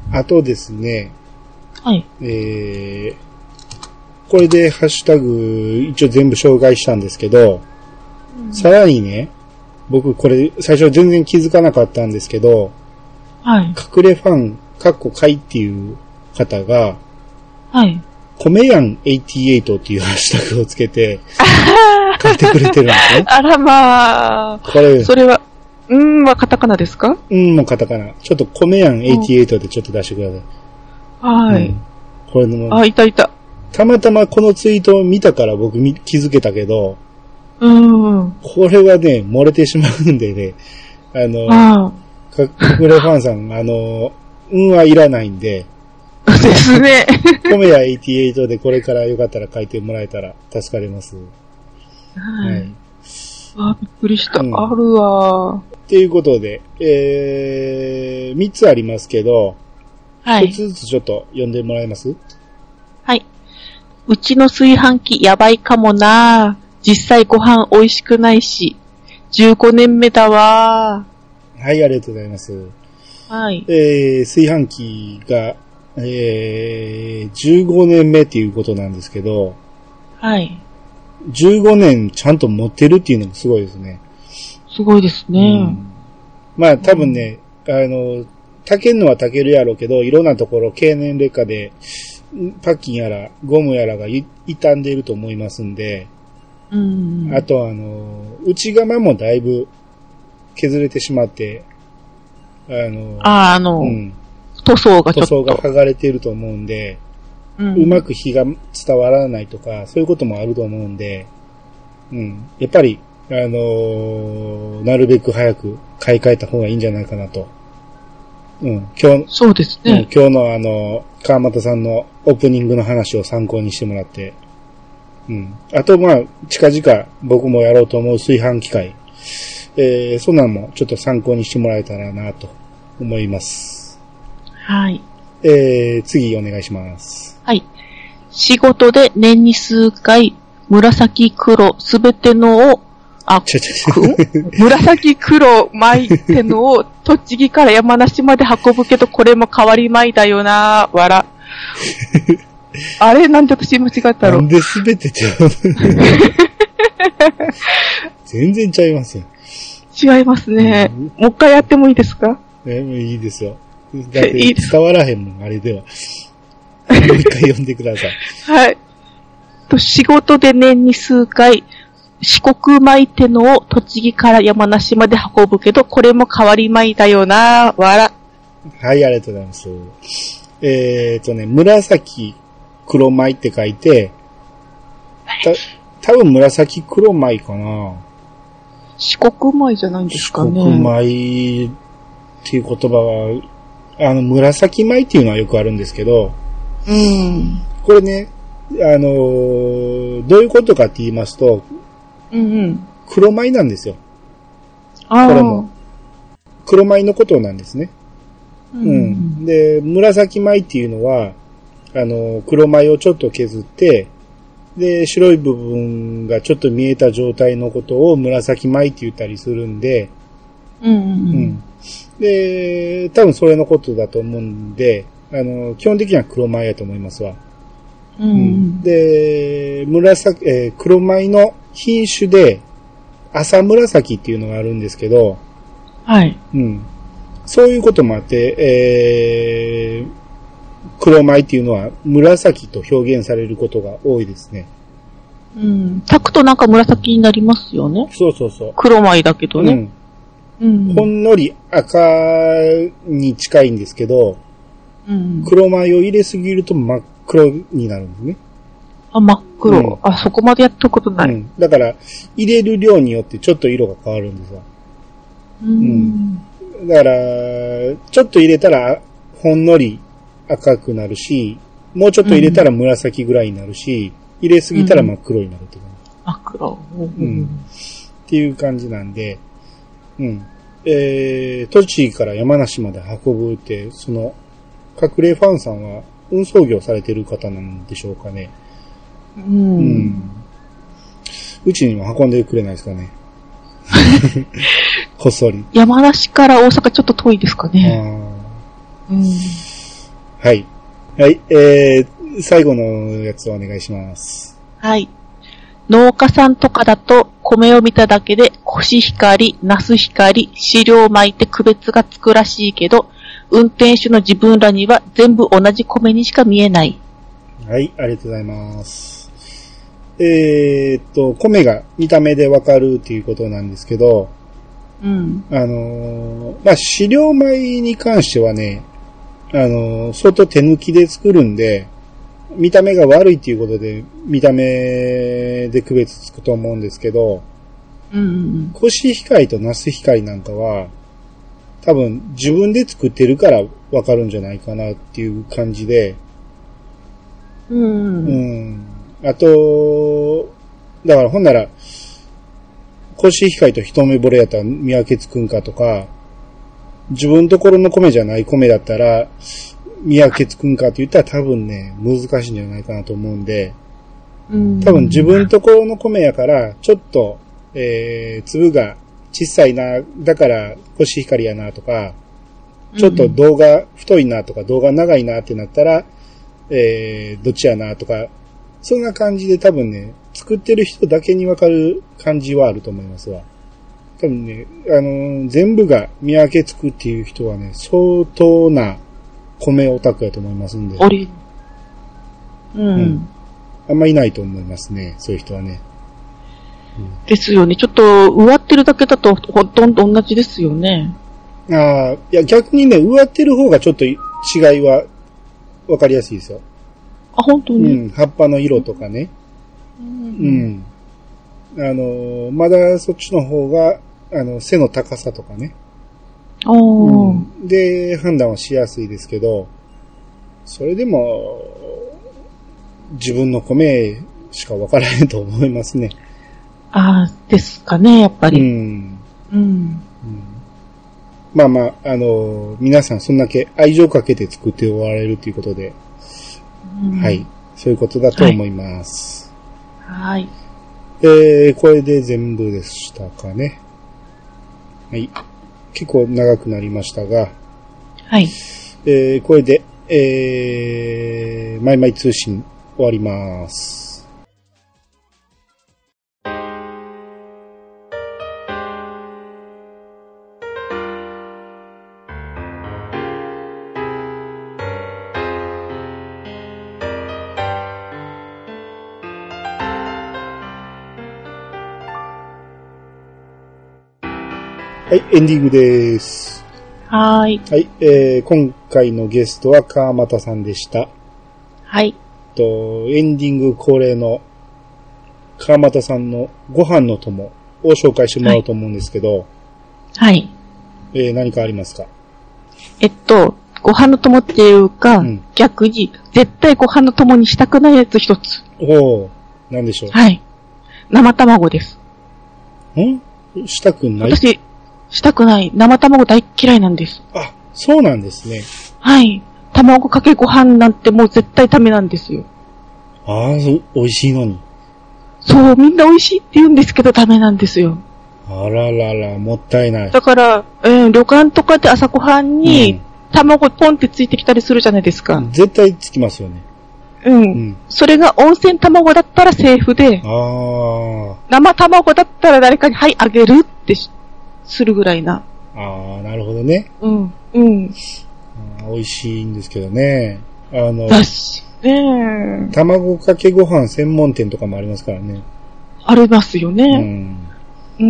あとですね。 はい。 えー、これでハッシュタグ一応全部紹介したんですけど、うん、さらにね、僕これ最初全然気づかなかったんですけど、 はい。 隠れファン、カッコカイっていう方が、 はい。 コメヤンはちじゅうはちっていうハッシュタグをつけて、書いてくれてるんですね。 あらまあ。これ。それは、うんはカタカナですか？ うんもカタカナ。ちょっとコメヤンはちじゅうはちでちょっと出してください。 はい。うん、 これの。 あ、いたいた。 たまたまこのツイートを見たから僕気づけたけど、 うん。 これはね、漏れてしまうんでね、あの、あ隠れファンさん、あの、うんはいらないんで、 ですね。 コメヤはちじゅうはちでこれからよかったら書いてもらえたら助かります。 はい。はい、あ、びっくりした。うん、あるわ。 っていうことで、えー、みっつありますけど、はい。ひとつずつちょっと読んでもらえます？ はい。うちの炊飯器やばいかもな。実際ご飯美味しくないし、じゅうごねんめだわ。 はい、ありがとうございます。 はい。 えー、炊飯器が、えー、じゅうごねんめっていうことなんですけど、 はい。 じゅうごねんちゃんと持ってるっていうのもすごいですね。 すごいですね。うん、 まあ多分ね、うん、あの、炊けんのは炊けるやろうけど、いろんなところ経年劣化で、パッキンやらゴムやらが傷んでいると思いますんで、 うん、 あとあの、内釜もだいぶ削れてしまって、あの、 あ、あの、うん、塗装がちょっと。 塗装が剥がれていると思うんで、うん、うまく火が伝わらないとか、そういうこともあると思うんで、うん、やっぱり、あのー、なるべく早く買い替えた方がいいんじゃないかなと。うん、今日、 そうですね。 うん、今日のあの、川又さんのオープニングの話を参考にしてもらって、うん。あと、まあ、近々僕もやろうと思う炊飯器械、えー、そんなんもちょっと参考にしてもらえたらなと思います。 はい。 えー、次お願いします。 はい。仕事で年に数回、紫黒すべてのを、あ、 ちょちょちょ紫黒巻いてのを栃木から山梨まで運ぶけど、これも変わりまいだよな、わら。あれなんで私間違ったろなんで全てちゃう全然ちゃいますよ。 違いますね。うん、もう一回やってもいいですか？ え、もういいですよ。だって伝わらへんもん、あれでは。もう一回読んでください。 はい。と仕事で年に数回、四国米ってのを栃木から山梨まで運ぶけど、これも変わり米だよな、わら。 はい、ありがとうございます。えーとね、紫黒米って書いて、た、多分紫黒米かな。 四国米じゃないんですかね。 四国米っていう言葉は、あの、紫米っていうのはよくあるんですけど、 うん。 これね、あのー、どういうことかって言いますと、 うんうん、 黒米なんですよ。 あこれも。黒米のことなんですね。うん、うん。で、紫米っていうのは、あの、黒米をちょっと削って、で、白い部分がちょっと見えた状態のことを紫米って言ったりするんで、 うんうんうん、 で、多分それのことだと思うんで、あの、基本的には黒米やと思いますわ。 うんうん、 で、紫、えー、黒米の品種で、朝紫っていうのがあるんですけど、 はい。 うん。そういうこともあって、えー、黒米っていうのは紫と表現されることが多いですね。 うん。炊くとなんか紫になりますよね。 そうそうそう。 黒米だけどね。 うん。うん、ほんのり赤に近いんですけど、 うん、 黒米を入れすぎると真っ黒になるんですね。 あ、真っ黒、うん。あ、そこまでやったことない。うん。 だから、入れる量によってちょっと色が変わるんですよ。 うん。 うん。だから、ちょっと入れたら、ほんのり赤くなるし、もうちょっと入れたら紫ぐらいになるし、うん、入れすぎたら真っ黒になるって感じ。 真っ黒。 うん。っていう感じなんで、うん。えー、栃木から山梨まで運ぶって、その、隠れファンさんは運送業されてる方なんでしょうかね。 うん。うん。 うちにも運んでくれないですかね。こっそり。 山梨から大阪ちょっと遠いですかね。 あうん。 はい。はい、えー、最後のやつをお願いします。 はい。農家さんとかだと米を見ただけでコシヒカリ、ナスヒカリ、飼料を巻いて区別がつくらしいけど、運転手の自分らには全部同じ米にしか見えない。 はい、ありがとうございます。えー、っと、米が見た目でわかるっていうことなんですけど、 うん。 あのー、まあ、飼料米に関してはね、あのー、相当手抜きで作るんで、見た目が悪いっていうことで、見た目で区別つくと思うんですけど、 うんうんうん、 コシヒカリとナスヒカリなんかは、多分自分で作ってるからわかるんじゃないかなっていう感じで、 うん。 うん。あと、だからほんなら、コシヒカリと一目惚れやったら見分けつくんかとか、自分のところの米じゃない米だったら、見分けつくんかって言ったら多分ね、難しいんじゃないかなと思うんで、 うん、 多分自分のところの米やから、ちょっと、えー、粒が小さいな、だからコシヒカリやなとか、ちょっと胴が太いなとか、胴が長いなってなったら、えー、どっちやなとか、そんな感じで多分ね、作ってる人だけにわかる感じはあると思いますわ。多分ね、あのー、全部が見分けつくっていう人はね、相当な米オタクやと思いますんで。 あれ、うん、うん。 あんまいないと思いますね、そういう人はね。 うん、ですよね。ちょっと、植わってるだけだとほとんど同じですよね。 ああ、いや逆にね、植わってる方がちょっと違いはわかりやすいですよ。 あ、本当に？ うん、葉っぱの色とかね。うん。うん、あの、まだそっちの方が、あの、背の高さとかね。 おー、 うん。で、判断はしやすいですけど、それでも、自分の米しかわからへんと思いますね。 ああ、ですかね、やっぱり。 うん。 うん。うん、 まあまあ、あの、皆さんそんだけ愛情かけて作っておられるということで、うん、はい。そういうことだと思います。 はい。 えー、これで全部でしたかね。はい。結構長くなりましたが、 はい。 えー、これで、えー、マイマイ通信終わります。はい、エンディングです。 はーい。 はい、えー、今回のゲストは川又さんでした。 はい。 と、エンディング恒例の川又さんのご飯の友を紹介してもらおうと思うんですけど。 はい。 えー、何かありますか？ えっと、ご飯の友っていうか、うん、逆に、絶対ご飯の友にしたくないやつ一つ。 おー、なんでしょう？ はい。生卵です。 ん？したくない？ 私、したくない。生卵大嫌いなんです。 あ、そうなんですね。 はい。卵かけご飯なんてもう絶対ダメなんですよ。 ああ、美味しいのに。 そう、みんな美味しいって言うんですけどダメなんですよ。 あららら、もったいない。 だから、えー、旅館とかで朝ごはんに、うん、卵ポンってついてきたりするじゃないですか。 絶対つきますよね。 うん。うん、それが温泉卵だったらセーフで、 あ生卵だったら誰かに、はい、あげるってするぐらいな。 ああ、なるほどね。 うん。うん。 美味しいんですけどね。あの、 だし、ねえ。 卵かけご飯専門店とかもありますからね。 ありますよね。 うん。 うん。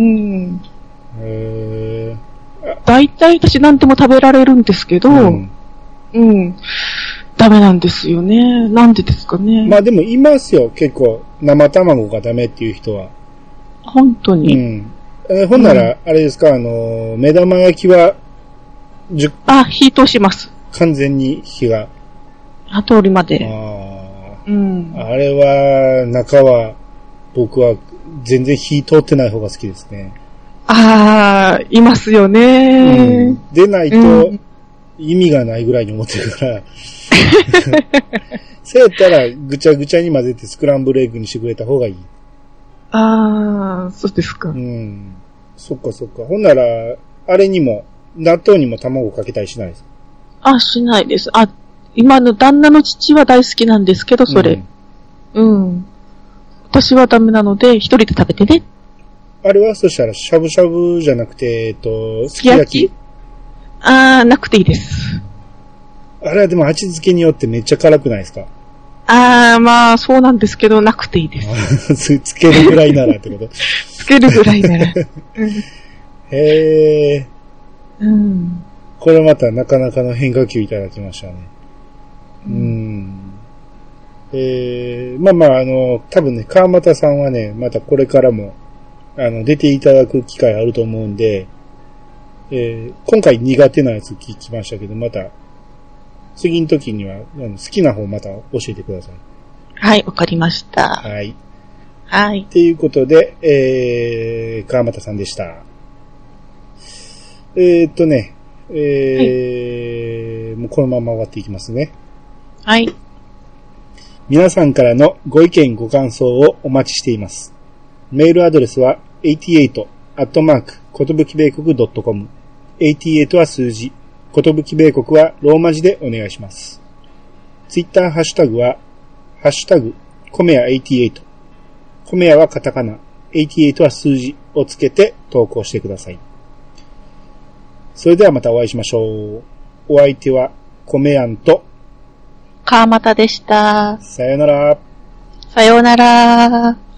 へー。大体私なんでも食べられるんですけど、うん。うん。ダメなんですよね。なんでですかね。 まあでもいますよ、結構。生卵がダメっていう人は。 本当に。 うん。えほんなら、あれですか、うん、あの、目玉焼きは、じゅあ、火通します。 完全に火が。 あ、通りまで。 ああ。 うん。 あれは、中は、僕は全然火通ってない方が好きですね。 ああ、いますよね、 うん。でないと、意味がないぐらいに思ってるから。そうやったら、ぐちゃぐちゃに混ぜてスクランブルエッグにしてくれた方がいい。 ああ、そうですか。 うん。そっかそっか。ほんなら、あれにも、納豆にも卵かけたりしないですか？ あ、しないです。あ、 今の旦那の父は大好きなんですけど、それ。うん。うん、私はダメなので、一人で食べてね。 あれはそしたら、しゃぶしゃぶじゃなくて、えっと、すき焼き？ あー、なくていいです。 あれはでも味付けによってめっちゃ辛くないですか？ あー、まあ、そうなんですけど、なくていいです。 つけるぐらいならってこと？ つけるぐらいなら。うん、 へー。 うん。 これまたなかなかの変化球いただきましたね。うん。うんえー、まあまあ、あの、多分ね、川又さんはね、またこれからも、あの、出ていただく機会あると思うんで、えー、今回苦手なやつ聞きましたけど、また、次の時には、好きな方また教えてください。 はい、わかりました。 はい。 はい。 ということで、えー、川又さんでした。えー、っとね、えー、はい、もうこのまま終わっていきますね。 はい。 皆さんからのご意見ご感想をお待ちしています。メールアドレスははちじゅうはちアットマークことぶき米国ドットコム。はちじゅうはちは数字。ことぶき米国はローマ字でお願いします。ツイッターハッシュタグは、ハッシュタグ、コメヤはちじゅうはち。コメヤはカタカナ、はちじゅうはちは数字をつけて投稿してください。それではまたお会いしましょう。お相手は、コメヤンと、 川又でした。 さよなら。 さようなら。